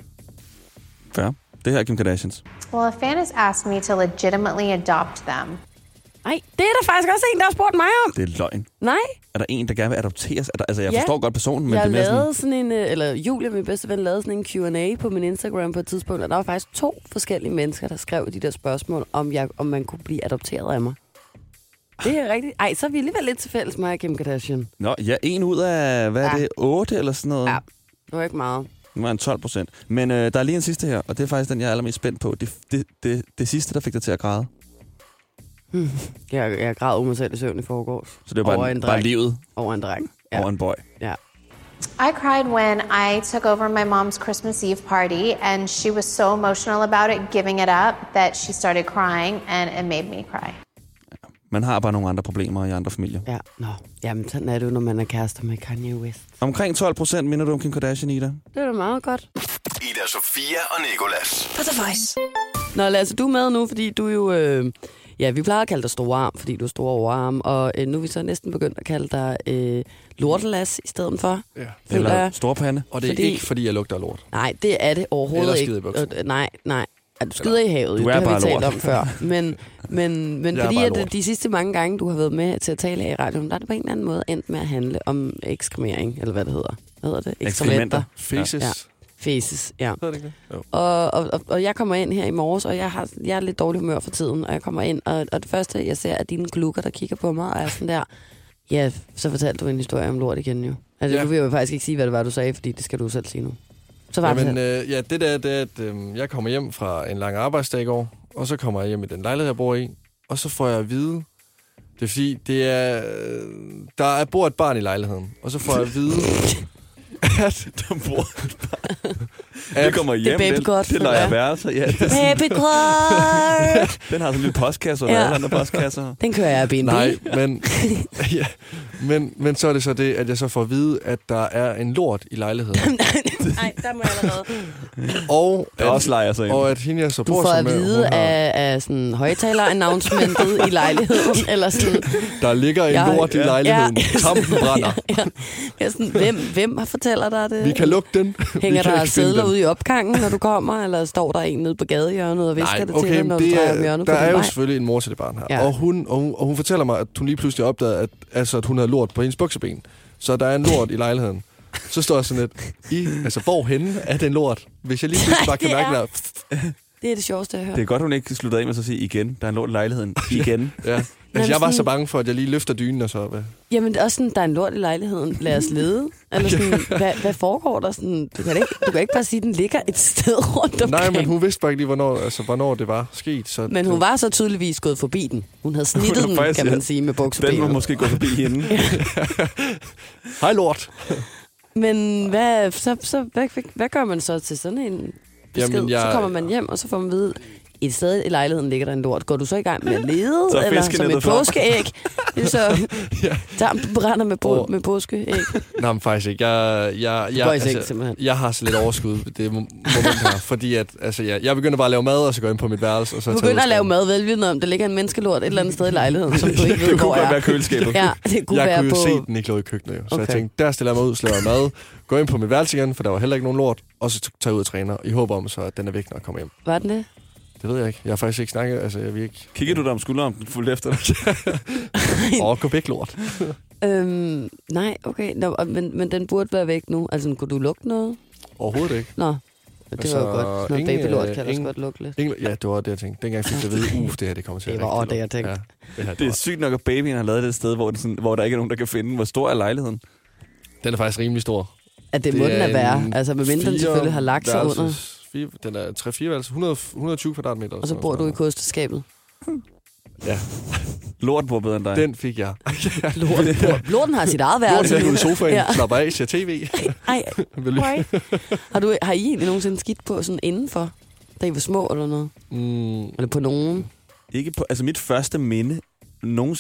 Fair. Det her er Kim Kardashians. Well, a fan has asked me to legitimately adopt them. Nej, det er der faktisk også en, der har spurgt mig om. Det er løgn. Nej. Er der en, der gerne vil adopteres? Er der, altså, jeg Ja. forstår godt personen, men Jeg det er mere lavede sådan... sådan en, øh, eller Julia, min bedste ven, lavede sådan en Q and A på min Instagram på et tidspunkt, og der var faktisk to forskellige mennesker, der skrev de der spørgsmål, om, jeg, om man kunne blive adopteret af mig. Det er rigtigt. Ej, så er vi alligevel lidt til fælles, mig og Kim Kardashian. Nå, ja, en ud af, hvad er Ja. det, otte eller sådan noget? Ja, det var ikke meget. Nu er en tolv procent. Men øh, der er lige en sidste her, og det er faktisk den, jeg er allermest spændt på. Det, det, det, det sidste, der fik dig til at græde. Hmm. Jeg, jeg græd ud mig selv i søvn i forgårs. Så det var Over bare, en bare dreng. livet Over en dreng. ja. over en boy. Ja. I cried when I took over my mom's Christmas Eve party, and she was so emotional about it, giving it up, that she started crying, and it made me cry. Man har bare nogle andre problemer i andre familier. Ja, nå. Jamen, sådan er det jo, når man er kærester med Kanye West. Omkring tolv procent minder du om Kim Kardashian, Ida? Det er da meget godt. Ida Sofia og Nicolas. På The Voice. Nå, Lasse, du er med nu, fordi du jo... Øh, ja, vi plejer at kalde dig store arm, fordi du er store overarm, og øh, nu er vi så næsten begyndt at kalde dig øh, lortelas i stedet for. Ja. Føler Eller jeg. storpande? Og det er Fordi- fordi... ikke, fordi jeg lugter af lort. Nej, det er det overhovedet Eller ikke. skide i bukserne. Øh, nej, nej. Ja, du skider i havet, Du jo. er Det har vi bare talt lort. om før. Men, men, men Jeg er fordi bare at lort. de sidste mange gange, du har været med til at tale af i radioen, der er det på en eller anden måde endt med at handle om ekskremering, eller hvad det hedder. Hvad hedder det? Ekskrementer. Faces. Ja. Ja. Faces, ja. Hedder det ikke det? Jo. Og, og, og, og jeg kommer ind her i morges, og jeg, har, jeg er lidt dårlig humør for tiden, og jeg kommer ind, og, og det første, jeg ser, er dine klukker, der kigger på mig, og er sådan der, ja, så fortalte du en historie om lort igen jo. Altså, Ja. du vil jo faktisk ikke sige, hvad det var, du sagde, fordi det skal du selv sige nu. Så var Jamen, det øh, ja, det der, det er, at øh, jeg kommer hjem fra en lang arbejdsdag i går, og så kommer jeg hjem i den lejlighed, jeg bor i, og så får jeg at vide, det er fordi, det er, øh, der er bor et barn i lejligheden, og så får jeg at vide, at Der bor at- det kommer hjem, Det er babygot, det, det leger ja. værelser. Ja, det, babykort! den har sådan en lille postkasse, og Ja. ja. alle andre postkasser. Den kører jeg af B and B. Nej, men, ja, men, men så er det så det, at jeg så får at vide, at der er en lort i lejligheden. Nej, der må jeg allerede. og, Der at, også leger sig ind. og at hende, jeg så Du bor får at sammen med, vide hun har, af, af sådan højtaler-announcementet i lejligheden, eller sådan. der ligger en Jeg- lort i ja. lejligheden. Ja. Tampen brænder. Ja, ja. Jeg er sådan, hvem, hvem fortæller dig det? Vi kan lukke den. Hænger Vi kan der ikke finde sædler den. ude i opgangen, når du kommer, eller står der en nede på gadehjørnet og visker Nej, det okay, til dig, når du det drejer om er, hjørnet der på er din jo vej? selvfølgelig en mor til det barn her. Ja. Og, hun, og, hun, og hun fortæller mig, at hun lige pludselig opdagede, at, altså, at hun havde lort på hendes bukseben. Så der er en lort i lejligheden. Så står jeg sådan lidt, I, altså hvor henne er den lort? Hvis jeg lige pludselig bare kan det mærke er- der. Det er det sjoveste, jeg har hørt. Det er godt, hun ikke sluttede af med at sige igen. Der er en lort i lejligheden. Igen. Ja. Altså, jeg var sådan- så bange for, at jeg lige løfter dynen og så... Hvad? Jamen, det er også sådan, der er en lort i lejligheden. Lad os lede. Eller sådan, hvad, hvad foregår der? Sådan, du, kan ikke, du kan ikke bare sige, at den ligger et sted rundt omkring. Nej, men hun vidste bare ikke lige, hvornår, altså, hvornår det var sket. Så Men hun var så tydeligvis gået forbi den. Hun havde snittet Hun har den, faktisk, kan man ja. sige, med Den må buksebenet. måske gå forbi hende. Hej lort! Men hvad, så, så, hvad, hvad gør man så til sådan en besked? Jamen, jeg- Så kommer man hjem, og så får man at vide, et sted i lejligheden ligger der en lort. Går du så i gang med at lede? Så er eller som fiskenettet et frem. påskeæg? Det er så Ja. damp brænder med, på, Og- med påskeæg. Nej, men faktisk ikke. Jeg, jeg, jeg, går i seng, simpelthen. jeg har så lidt overskud det mo- moment her. Fordi at, altså, jeg, jeg begynder bare at lave mad, og så går jeg ind på mit værelse. Og så Du tager ud begynder og at lave skærer. mad velvidende om, der ligger en menneskelort et eller andet sted i lejligheden, som du ikke ved, Det hvor kunne godt er. være køleskabet. Ja, det kunne Jeg være kunne jo på... se, at den ikke lå i køkkenet. Jo. Så Okay. jeg tænkte, der stiller jeg mig ud, slår jeg mad, går ind på mit værelse igen, for der var heller ikke nogen lort, og så tager jeg ud og træner, i håb om, så at den er væk, når jeg kommer hjem. Var den det? Det ved jeg ikke. Jeg har faktisk ikke snakket, altså jeg vil ikke... Kigger du dig om skulderen, om den fulgte efter dig? Åh, oh, gå væk, lort. Øhm, nej, okay. Nå, og- men, men den burde være væk nu. Altså, kunne du lugte noget? Overhovedet ikke. Nå, det Altså, var jo godt. Sådan noget ingen, babylort øh, kan også ingen- godt lugte lidt. Ingen, ja, det var det, jeg tænkte. Dengang fik jeg at vide, uff, det her, det kommer til at Det var rigtig også det, jeg lugt. tænkte. Ja, det, her, Det er sygt nok, at babyen har lavet det et sted, hvor, det sådan, hvor der ikke er nogen, der kan finde. Hvor stor er lejligheden? Den er faktisk rimelig stor. At det, det må den er værre. en Altså, medmindre den fire selvfølgelig har lagt sig under. værelses- Fire, den er tre fire værelser, hundrede, hundrede og tyve kvadratmeter. Og så bor du i kosteskabet. Ja, Lort bor bedre end dig. den fik jeg. Lorten, lorten har sit eget Lort værelse er nu. ude i sofaen, Ja. ja. slapper af, ser tv. Ej, Vil du- right. har, du, har I egentlig nogensinde skidt på sådan indenfor, da I var små eller noget? mm, Eller på nogen? Ikke på, altså mit første minde nogensinde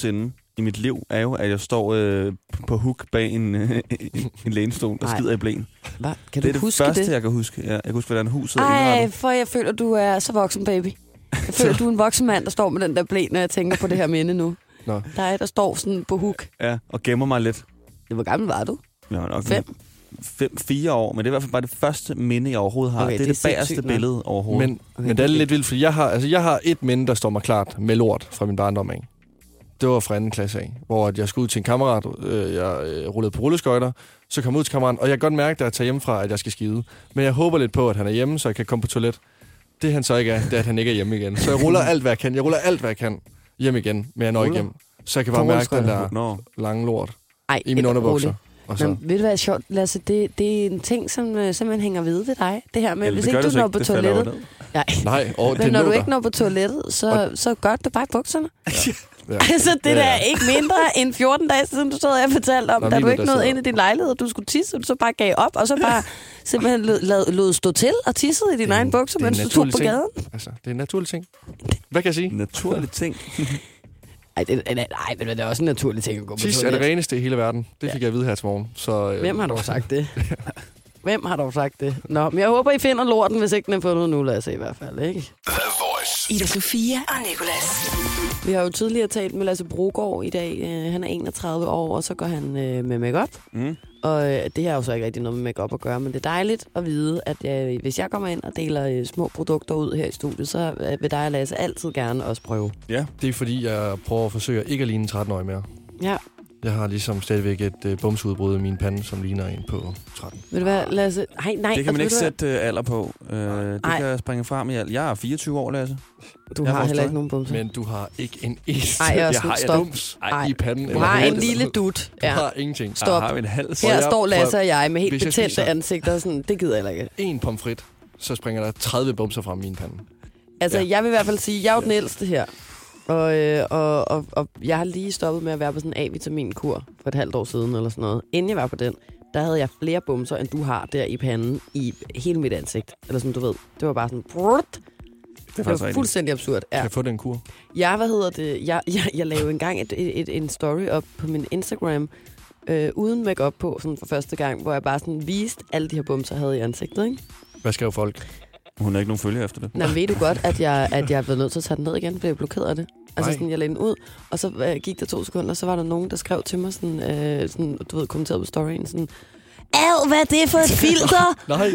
i mit liv, er jo, at jeg står øh, på hook bag en, øh, en lænestol og Ej. skider i blæen. Hva? Kan Det du er huske det første, det? jeg kan huske. Ja, jeg kan huske, hvordan huset er Ej, indrettet. for jeg føler, du er så voksen, baby. Jeg føler, du er en voksen mand, der står med den der blæ, når jeg tænker på det her minde nu. Nå. Der er der står sådan på hook. Ja, og gemmer mig lidt. Hvor gammel var du? Jeg var nok Fem? Fem, fire år, men det er i hvert fald bare det første minde, jeg overhovedet har. Okay, det er det det, er det bagerste sindssygt nok. billede overhovedet. Men, Okay, men det er det er lidt vildt, fordi jeg har, altså, jeg har et minde, der står mig klart med lort fra min barndom af. Det var fra anden klasse af, hvor at jeg skulle ud til en kammerat, øh, jeg øh, rullede på rulleskøjter, så kom jeg ud til kammeraten, og jeg kan godt mærke, da jeg tager hjemmefra, at jeg skal skide. Men jeg håber lidt på, at han er hjemme, så jeg kan komme på toilet. Det han så ikke er, det er, at han ikke er hjemme igen. Så jeg ruller alt, hvad jeg kan. Jeg ruller alt, hvad jeg kan hjem igen, men jeg når ikke hjem. Så jeg kan bare På mærke den rulleskøjter? der Nå. lange lort Ej, i mine underbukser. Og så. Men ved du hvad er sjovt, Lasse? Det, det er en ting, som øh, simpelthen hænger ved ved dig. Det her med, Eller hvis det gør ikke det du så når ikke, på det falder toilettet. over ned. Nej, Nej, og men det når lå du der. ikke når på toilettet, så, så gør du bare bukserne. Ja. Altså, det Ja, der ja. er ikke mindre end fjorten dage siden, du stod og fortalte om, Nå, da lige du nu, ikke der nåede sidder- ind i din lejlighed, og du skulle tisse, og du så bare gav op, og så bare simpelthen lod, lod, lod stå til og tissede i din Det er egen en- bukser, det er en mens du tog naturlig på ting. gaden. Altså, det er en naturlig ting. Hvad kan jeg sige? Naturlig ting. Ej, det, nej, nej, men det er også en naturlig ting at gå på Tis er det toilet. reneste i hele verden. Det fik jeg at vide her til morgen. Så, øh, Hvem har dog sagt det? Hvem har dog sagt det? Nå, men jeg håber, I finder lorten, hvis ikke den er fundet nu, Lasse, i hvert fald, ikke? The Voice. Ida Sofia og Nicolas. Vi har jo tidligere talt med Lasse Brogaard i dag. Øh, han er enogtredive år, og så går han øh, med makeup. Mm. Og øh, det har jo så ikke rigtig noget med makeup at gøre, men det er dejligt at vide, at øh, hvis jeg kommer ind og deler øh, små produkter ud her i studiet, så øh, vil dig og Lasse altid gerne også prøve. Ja. det er fordi, jeg prøver at forsøge at ikke at ligne en tretten-årig mere. Ja, Jeg har ligesom stadigvæk et øh, bumsudbrud i min pande, som ligner en på tretten. ved du hvad, Lasse? Nej, nej. Det kan man altså, ikke ved sætte øh, alder på. Øh, det Ej. kan springe frem i alt. Jeg er fireogtyve år, Lasse. Du Jeg har forstår heller ikke ikke. nogen bumser. Men du har ikke en eneste Ej, jeg er sådan, jeg har stop. bums Ej. i panden. Du eller har en hovedet. lille dut. Du Ja. har ingenting. Stop. Jeg har en hals. Her jeg står Lasse prøver- og jeg med helt Hvis jeg betændte spiser- ansigter. Sådan, det gider jeg heller ikke. En pomfrit, så springer der tredive bumser fra min pande. Altså, Ja. ja. jeg vil i hvert fald sige, jeg er jo den ældste her. Og, øh, og, og, og jeg har lige stoppet med at være på sådan en A-vitaminkur for et halvt år siden, eller sådan noget. Inden jeg var på den, der havde jeg flere bumser, end du har der i panden, i hele mit ansigt. Eller sådan, du ved. Det var bare sådan... Brrrt. Det er Det faktisk var rigtigt. fuldstændig absurd. Kan Ja. jeg få den kur? Jeg, hvad hedder det? Jeg, jeg, jeg lavede engang et, et, et, en story op på min Instagram, øh, uden makeup på, sådan for første gang, hvor jeg bare sådan viste alle de her bumser, jeg havde i ansigtet, ikke? Hvad skrev folk? Hun har ikke nogen følge efter det. Nå, men ved du godt, at jeg, at jeg er blevet nødt til at tage den ned igen, fordi jeg blokerede det. Altså Nej. sådan, jeg lagde den ud, og så øh, gik der to sekunder, og så var der nogen, der skrev til mig sådan, øh, sådan du ved, kommenterede på storyen, sådan, Ad, hvad er det for et filter? Nej. Nej.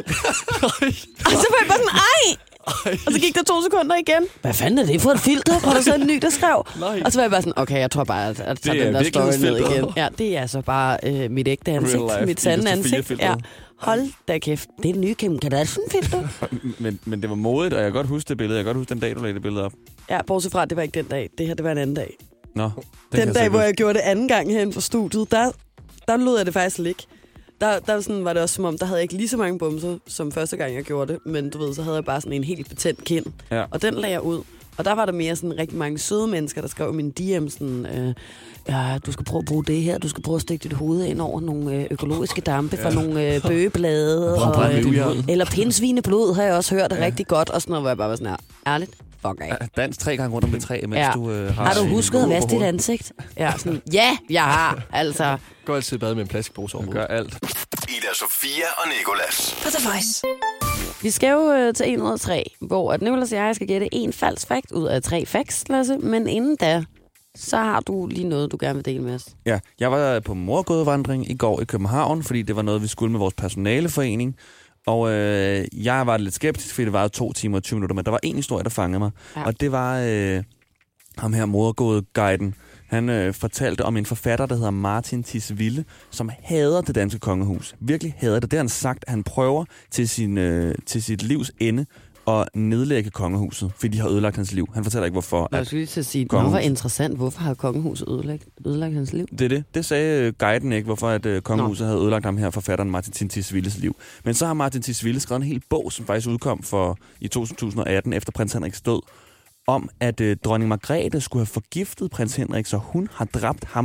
Og så var jeg bare sådan, ej! Og så gik der to sekunder igen. Hvad fanden er det for et filter? Og der så en ny, der skrev. Nej. Og så var jeg bare sådan, okay, jeg tror bare, at jeg tager Det er den der story ned virkelighedsfilteret. igen. Ja, det er så bare øh, mit ægte ansigt. Real life Mit sande Ida ansigt. Ja. Sofia-filteret. Hold da kæft. Det er den nye Kim Kardashian-filter. Men, men det var modigt, og jeg kan godt huske det billede. Jeg kan godt huske den dag, du lagde det billede op. Ja, bortset fra, at det var ikke den dag. Det her, det var en anden dag. Nå, den, Den kan dag, se hvor godt. jeg gjorde det anden gang herinde for studiet, der, der lod jeg det faktisk ligge. Der, der sådan, var det også som om, der havde jeg ikke lige så mange bumser, som første gang, jeg gjorde det. Men du ved, så havde jeg bare sådan en helt betændt kind. Ja. Og den lagde jeg ud. Og der var der mere sådan rigtig mange søde mennesker, der skrev i min D M sådan, øh, ja, du skal prøve at bruge det her, du skal prøve at stikke dit hoved ind over nogle øh, økologiske dampe fra nogle øh, bøgeblade. Prøv at og, brænde øh, ud, ja. eller pindsvineblod har jeg også hørt ja. rigtig godt. Og sådan noget, hvor jeg bare var sådan her, ærligt, fuck af. Ja, dans tre gange rundt om det træ, mens Ja. du øh, har... Har du en husket at lue på vaske dit hovedet. ansigt? Ja, sådan, ja, jeg har, altså. Gå altid i bad med en plastikpose over Du gør alt. Ida Sofia og Nicolas. På The Voice. Vi skal jo øh, til en ud af tre, hvor at Nicolas og jeg skal gætte en falsk fakt ud af tre facts, Lasse. Men inden da, så har du lige noget, du gerne vil dele med os. Ja, jeg var på morgådevandring i går i København, fordi det var noget, vi skulle med vores personaleforening. Og øh, jeg var lidt skeptisk, fordi det var to timer og tyve minutter, men der var en historie, der fangede mig. Ja. Ja. Og det var øh, ham her morgådeguiden. Han øh, fortalte om en forfatter, der hedder Martin Tisvilde, som hader det danske kongehus. Virkelig hader det. Det har han sagt, at han prøver til, sin, øh, til sit livs ende at nedlægge kongehuset, fordi de har ødelagt hans liv. Han fortæller ikke, hvorfor. Jeg At, skulle lige til at sige, Kongehus. hvor interessant, hvorfor har kongehuset ødelagt, ødelagt hans liv? det er det. Det sagde øh, guiden ikke, hvorfor at, øh, kongehuset Nå. havde ødelagt ham her, forfatteren Martin Tisvildes liv. Men så har Martin Tisvilde skrevet en hel bog, som faktisk udkom for i to tusind og atten efter prins Henriks død, om at øh, dronning Margrethe skulle have forgiftet prins Henrik, så hun har dræbt ham,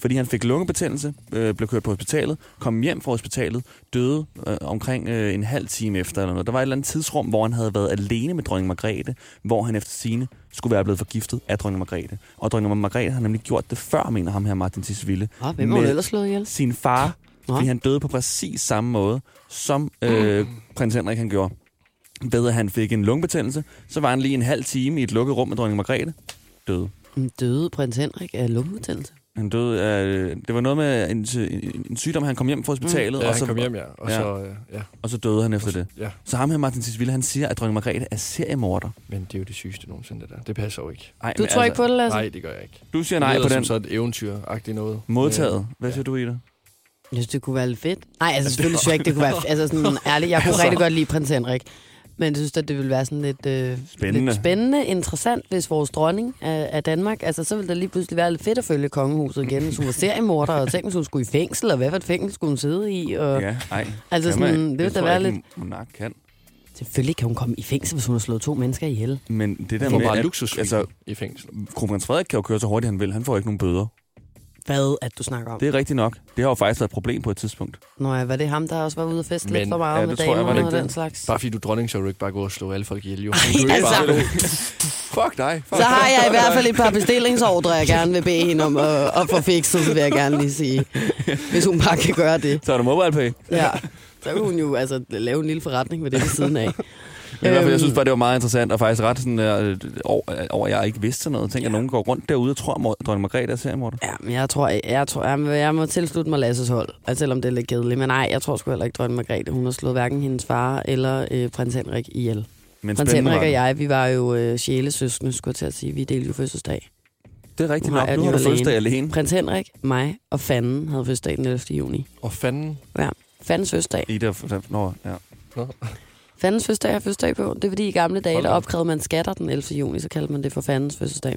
fordi han fik lungebetændelse, øh, blev kørt på hospitalet, kom hjem fra hospitalet, døde øh, omkring øh, en halv time efter eller noget. Der var et eller andet tidsrum, hvor han havde været alene med dronning Margrethe, hvor han efter sigende skulle være blevet forgiftet af dronning Margrethe. Og dronning Margrethe har nemlig gjort det før, mener ham her Martin Tisvilde. Ah, hvem har hun ellers slået ihjel? Sin far, Nå. fordi han døde på præcis samme måde, som øh, prins Henrik han gjorde. Ved at han fik en lungebetændelse, så var han lige en halv time i et lukket rum med dronning Margrethe. Døde. Døde prins Henrik af lungebetændelse? Han døde af... Det var noget med en, en, en sygdom, han kom hjem fra hospitalet. Ja, og han så, kom hjem, ja. Og, ja. Så, øh, ja. og så døde han efter det. Ja. Så ham her, Martin Tisvilde, han siger, at dronning Margrethe er seriemorder. Men det er jo det sygeste nogensinde, det der. Det passer jo ikke. Ej, Du tror ikke på det, Lasse? Nej, det gør jeg ikke. Du siger nej på den. Det så et eventyr-agtigt noget. Modtaget. Hvad Ja. siger du, Ida? Jeg synes, det kunne være lidt fedt. Nej, altså selvfølgelig synes jeg ikke, det kunne være... Altså sådan ærligt, jeg kunne Altså. rigtig godt lide prins Henrik. Men jeg synes, at det ville være sådan lidt, øh, Spændende. lidt spændende, interessant, hvis vores dronning af, af Danmark... Altså, så ville det lige pludselig være lidt fedt at følge kongehuset igen, hvis hun var seriemorder, og tænkte, hvis hun skulle i fængsel, og hvad for et fængsel skulle hun sidde i? Og, Ja, nej. altså Kan man sådan, ikke. det ville da tror være jeg lidt... ikke, en monark kan. Selvfølgelig kan hun komme i fængsel, hvis hun har slået to mennesker ihjel. Men det der Det var med... bare at- luksus Altså, i fængsel. kronprins Frederik kan jo køre så hurtigt, han vil. Han får ikke nogen bøder. Hvad at du snakker om? Det er rigtigt nok. Det har jo faktisk været et problem på et tidspunkt. Nå ja, var det ham, der også var ude og feste Men- lidt for meget ja, med det tror jeg, var det damerne og ikke den det? slags? Bare fordi du er dronning, så vil du ikke bare gå og slå alle folk ihjel, jo. Altså, Fuck dig. Fuck så har jeg i hvert fald et par bestillingsordre, jeg gerne vil bede hende om at, at få fikset, så vil jeg gerne lige sige. Hvis hun bare kan gøre det. Så er der MobilePay. Ja, så kan hun jo altså lave en lille forretning med det ved siden af. Men i hvert fald, jeg synes Øhm, bare, det var meget interessant, og faktisk ret sådan, øh, over, over, at jeg ikke vidste sådan noget. Tænk, at nogen går rundt derude og tror, at dronning Margrethe er seriemorder. Ja, men jeg tror, jeg, jeg, tror, jeg, må- jeg må tilslutte mig Lasses hold, altså, selvom det er lidt kedeligt. Men nej, jeg tror sgu heller ikke, dronning Margrethe. Hun har slået hverken hendes far eller øh, prins Henrik ihjel. Men Prins spændende Henrik var og det. jeg, vi var jo øh, sjælesøskende, skulle jeg til at sige. Vi delte jo fødselsdag. Det er rigtigt Nu har nok. jeg Nu har den du jo fødselsdag alene. alene. Prins Henrik, mig og Fanden havde fødselsdag den ellevte juni. Og fanden. Ja, Fandens fødselsdag. Ida, nå, ja. Nå. Fandens fødselsdag har fødselsdag på. Det er fordi i gamle dage, Hold der da. opkrævede man skatter den ellevte juni, så kaldte man det for Fandens fødselsdag.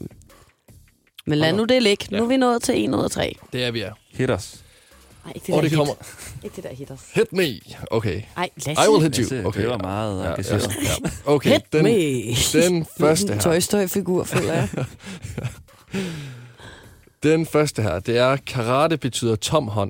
Men lad Hold da. nu det ligge. Nu Ja. er vi nået til en ud af tre. Det er vi er. Hit os. Nej, ikke det Og der det hit. kommer. Ikke det der hit os. Hit me. Okay. Ej, Lasse. I will hit Lasse, you. Okay. det var meget ja, ja, engageret. ja. Okay, Hit den, me. den første En her. Toy Story-figur, føler jeg. Den første her, det er, karate betyder tom hånd.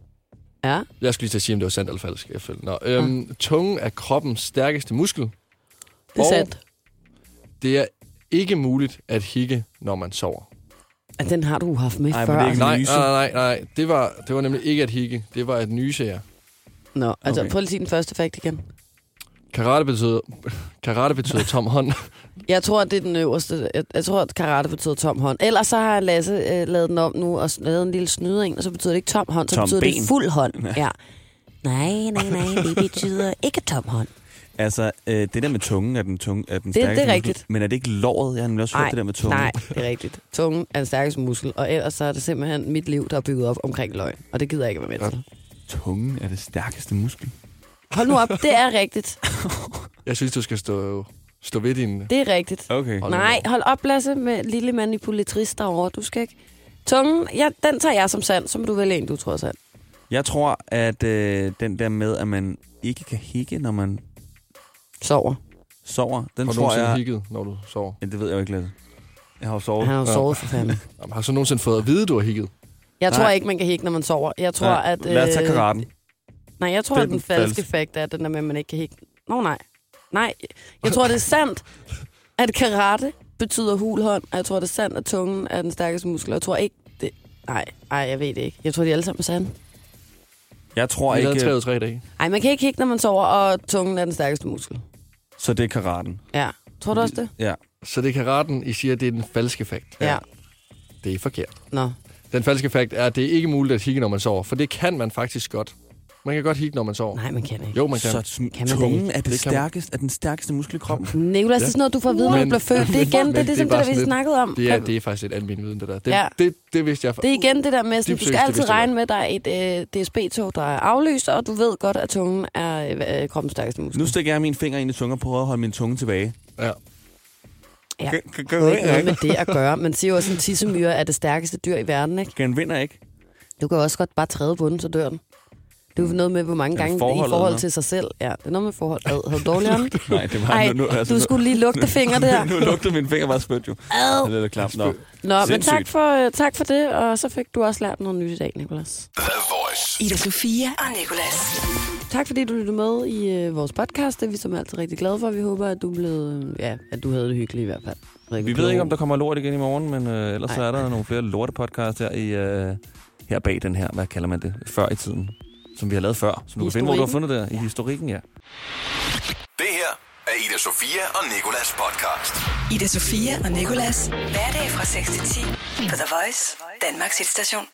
Ja. Jeg skulle lige til at sige, om det var sandt eller falsk. Jeg føler. Nå, øhm, tungen er kroppens stærkeste muskel. Det er Og sandt. det er ikke muligt at hikke, når man sover. Ja, den har du haft med Ej, men før. det er ikke- Nej, Nyse. nej, nej, nej. Det var, det var nemlig ikke at hikke. Det var at nyse, ja. Nå, altså Okay. prøv lige at sige den første fakt igen. Karate betyder, karate betyder tom hånd. Jeg tror, det er den øverste. Jeg, jeg tror, at karate betyder tom hånd. Ellers så har Lasse øh, lavet den om nu og s- lavet en lille snyding, og så betyder det ikke tom hånd, så Tom betyder ben. det fuld hånd. Ja. Nej, nej, nej, det betyder ikke tom hånd. Altså, øh, det der med tungen er den, tunge, er den det er stærkeste muskel. rigtigt. Men er det ikke låret? Jeg har nemlig også hørt Nej, det der med tungen. nej, det er rigtigt. Tungen er den stærkeste muskel, og ellers så er det simpelthen mit liv, der er bygget op omkring løgn. Og det gider jeg ikke være med til. Tungen er det stærkeste muskel. Hold nu op, det er rigtigt. Jeg synes, du skal stå, stå ved din... Det er rigtigt. Okay. Hold nu Nej, op. hold op, Lasse, med lille manipulatrice derovre. Du skal ikke... Tungen, ja, den tager jeg som sand, så må du vælge en, du tror er sand. Jeg tror, at øh, den der med, at man ikke kan hikke, når man Sover. sover, den Har du tror nogensinde jeg... hikket, når du sover? Ja, det ved jeg jo ikke lidt. Jeg har jo sovet. Han har jo Ja. sovet for fanden. Jamen, har du så nogensinde fået at vide, du har hikket? Jeg tror Nej. ikke, man kan hikke, når man sover. Jeg tror, Nej, at... Lad os tage øh, karaten. Nej, jeg tror, Det er at den den falske falske. fakt er den der med, at man ikke kan hikke. Nå, nej. Nej, jeg tror, det er sandt, at karate betyder hulhånd, og jeg tror, det er sandt, at tungen er den stærkeste muskel. Jeg tror ikke, det... Nej, ej, jeg ved det ikke. Jeg tror, de er alle sammen er sande. Jeg tror Vi ikke... lavede tre ud af tre dage. Ej, man kan ikke hikke, når man sover, og tungen er den stærkeste muskel. Så det er karaten. Ja. Tror du også det? Ja. Så det er karaten, I siger, det er den falske fakt. Ja. Det er forkert. Nå. Den falske fakt er, at det er ikke muligt at hikke, når man sover. For det kan man faktisk godt. Man kan godt hikke, når man sover. Nej, man kan ikke. Jo, man kan. Så t- Kan man tungen det? er, det Det kan man. stærkeste, er den stærkeste muskel i kroppen. Nicolas, det er sådan noget, du får at vide, når du Men- bliver født. Det er igen, det er Men ligesom det, bare der vi sådan lidt- snakkede om. Det er, det er faktisk et almindeligt viden, det der. Det, Ja. det, det vidste jeg. Det er igen det der med, sådan, Dybt du skal seriøst, det altid vidste jeg regne med, at der er et øh, D S B-tog, der er aflyst, og du ved godt, at tungen er øh, kroppens stærkeste muskel. Nu stikker jeg min finger ind i tungen og prøver at holde min tunge tilbage. Ja. Ja. Kan, kan, Det er ikke noget med det at gøre. Man siger jo også, at en tissemyre er det stærkeste dyr i verden, ikke? Den vinder ikke. Du kan også godt bare træde på den, så dør den. Det er jo noget med, hvor mange Er det gange i forholdet, forhold eller? til sig selv. Ja, det er noget med forhold. Ad, havde du dårlig ånd? Nej, det var... Ej, nu, nu, altså, du nu- skulle lige lugte fingre der. nu lugtede min finger bare spødt jo. Ad. Det er lidt klamt. Nå. Nå, men Sindssygt. tak for, øh, tak for det, og så fik du også lært noget nyt i dag, Nicolas. The Voice. Ida Sofia og Nicolas. Tak fordi du lyttede med i øh, vores podcast. Det er vi som altid rigtig glade for. Vi håber, at du blev, øh, ja, at du havde det hyggeligt i hvert fald. Rigtig Vi ved ikke, om der kommer lort igen i morgen, men øh, ellers så er der nogle flere lortepodcasts her, i, øh, her bag den her, hvad kalder man det, før i tiden, som vi har lavet før. Så du kan finde, hvor du har fundet det i historikken, ja. Det her er Ida Sofia og Nicolas podcast. Ida Sofia og Nicolas. Hverdag fra seks til ti på The Voice, Danmarks hitstation.